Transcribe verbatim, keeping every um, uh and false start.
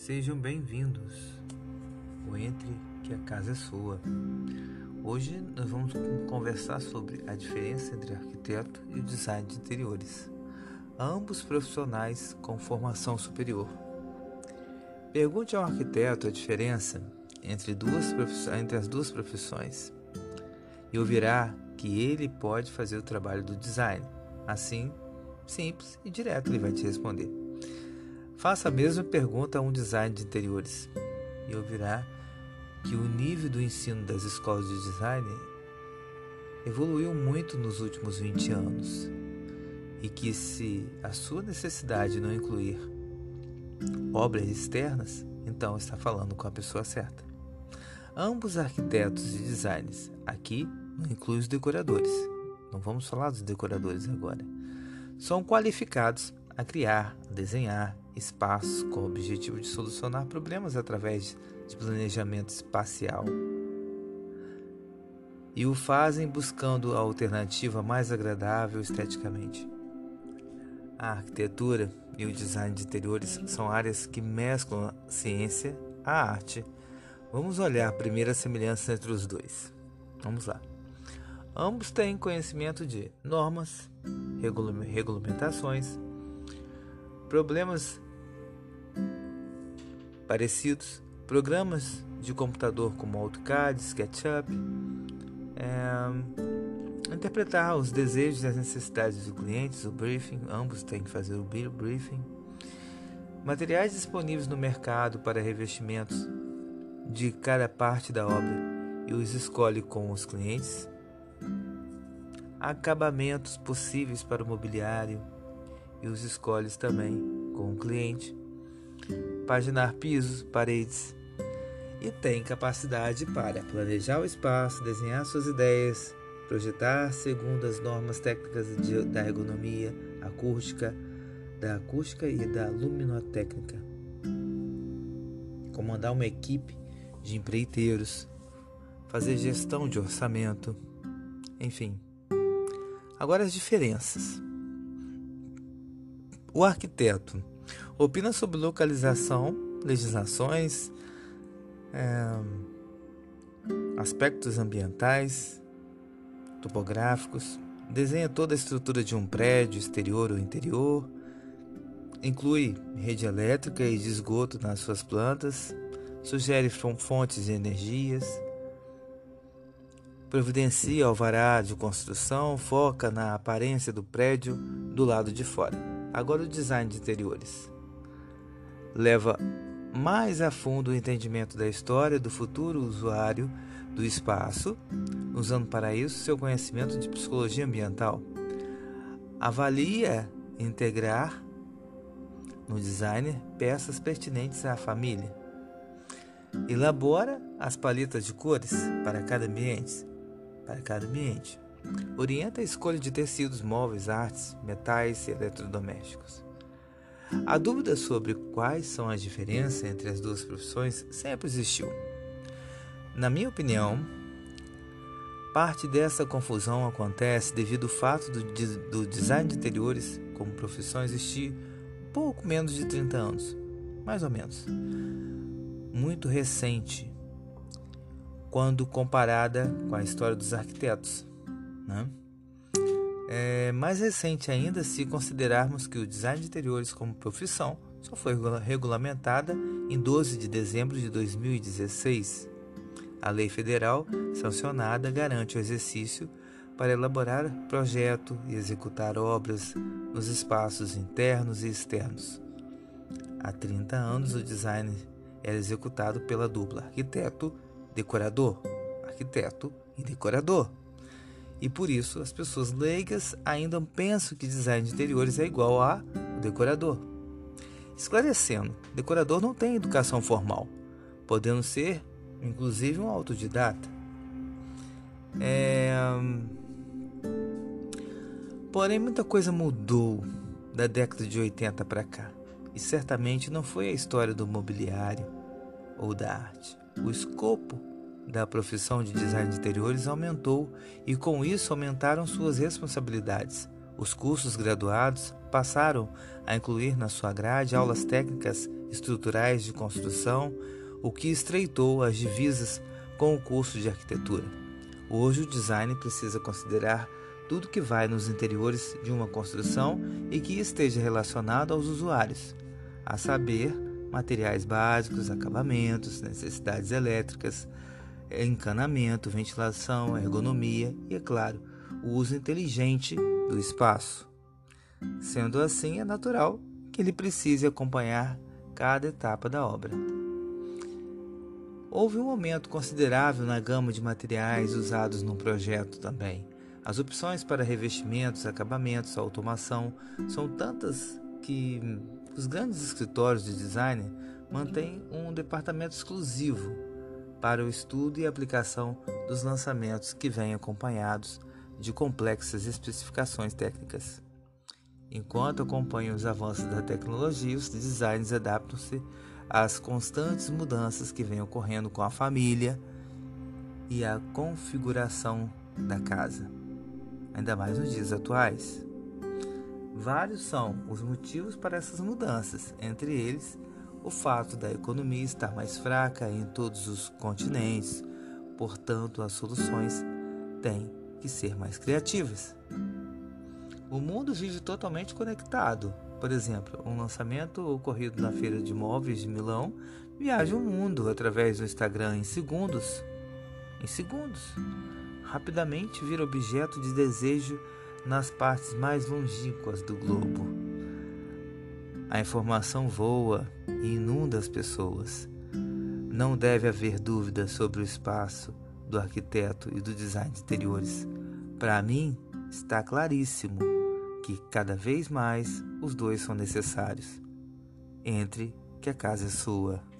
Sejam bem-vindos. O Entre que a casa é sua. Hoje nós vamos conversar sobre a diferença entre arquiteto e o design de interiores, ambos profissionais com formação superior. Pergunte ao arquiteto a diferença entre, duas entre as duas profissões e ouvirá que ele pode fazer o trabalho do design. Assim, simples e direto ele vai te responder. Faça a mesma pergunta a um design de interiores e ouvirá que o nível do ensino das escolas de design evoluiu muito nos últimos vinte anos e que, se a sua necessidade não incluir obras externas, então está falando com a pessoa certa. Ambos arquitetos e designers, aqui não inclui os decoradores, não vamos falar dos decoradores agora, são qualificados a criar, a desenhar espaços com o objetivo de solucionar problemas através de planejamento espacial. E o fazem buscando a alternativa mais agradável esteticamente. A arquitetura e o design de interiores são áreas que mesclam a ciência, a arte. Vamos olhar primeiro a semelhança entre os dois. Vamos lá. Ambos têm conhecimento de normas, regulamentações, problemas parecidos, programas de computador como AutoCAD, SketchUp, é, interpretar os desejos e as necessidades dos clientes, o briefing, ambos têm que fazer o briefing, materiais disponíveis no mercado para revestimentos de cada parte da obra e os escolhe com os clientes, acabamentos possíveis para o mobiliário e os escolhe também com o cliente, paginar pisos, paredes, e tem capacidade para planejar o espaço, desenhar suas ideias, projetar segundo as normas técnicas de, da ergonomia, acústica, da acústica e da luminotécnica, comandar uma equipe de empreiteiros, fazer gestão de orçamento, enfim. Agora as diferenças. O arquiteto opina sobre localização, legislações, é, aspectos ambientais, topográficos, desenha toda a estrutura de um prédio, exterior ou interior, inclui rede elétrica e de esgoto nas suas plantas, sugere fontes de energias, providencia alvará de construção, foca na aparência do prédio do lado de fora. Agora o design de interiores leva mais a fundo o entendimento da história do futuro usuário do espaço, usando para isso seu conhecimento de psicologia ambiental. Avalia integrar no designer peças pertinentes à família. Elabora as paletas de cores para cada ambiente. Para cada ambiente. Orienta a escolha de tecidos, móveis, artes, metais e eletrodomésticos. A dúvida sobre quais são as diferenças entre as duas profissões sempre existiu. Na minha opinião, parte dessa confusão acontece devido ao fato do, do design de interiores como profissão existir pouco menos de trinta anos, mais ou menos. Muito recente, quando comparada com a história dos arquitetos, né? É mais recente ainda se considerarmos que o design de interiores como profissão só foi regulamentada em doze de dezembro de dois mil e dezesseis. A lei federal sancionada garante o exercício para elaborar projeto e executar obras nos espaços internos e externos. Há trinta anos o design era executado pela dupla arquiteto-decorador, arquiteto e decorador. E por isso as pessoas leigas ainda pensam que design de interiores é igual a decorador. Esclarecendo, decorador não tem educação formal, podendo ser inclusive um autodidata. É... Porém, muita coisa mudou da década de oitenta para cá, e certamente não foi a história do mobiliário ou da arte. O escopo da profissão de design de interiores aumentou e com isso aumentaram suas responsabilidades. Os cursos graduados passaram a incluir na sua grade aulas técnicas estruturais de construção, o que estreitou as divisas com o curso de arquitetura. Hoje o design precisa considerar tudo que vai nos interiores de uma construção e que esteja relacionado aos usuários, a saber, materiais básicos, acabamentos, necessidades elétricas, encanamento, ventilação, ergonomia e, é claro, o uso inteligente do espaço. Sendo assim, é natural que ele precise acompanhar cada etapa da obra. Houve um aumento considerável na gama de materiais usados num projeto também. As opções para revestimentos, acabamentos, automação são tantas que os grandes escritórios de design mantêm um departamento exclusivo para o estudo e aplicação dos lançamentos que vêm acompanhados de complexas especificações técnicas. Enquanto acompanham os avanços da tecnologia, os designers adaptam-se às constantes mudanças que vêm ocorrendo com a família e a configuração da casa, ainda mais nos dias atuais. Vários são os motivos para essas mudanças, entre eles o fato da economia estar mais fraca em todos os continentes, portanto as soluções têm que ser mais criativas. O mundo vive totalmente conectado. Por exemplo, um lançamento ocorrido na Feira de Móveis de Milão viaja o mundo através do Instagram em segundos. Em segundos. Rapidamente vira objeto de desejo nas partes mais longínquas do globo. A informação voa e inunda as pessoas. Não deve haver dúvida sobre o espaço do arquiteto e do design de interiores. Para mim, está claríssimo que cada vez mais os dois são necessários. Entre que a casa é sua.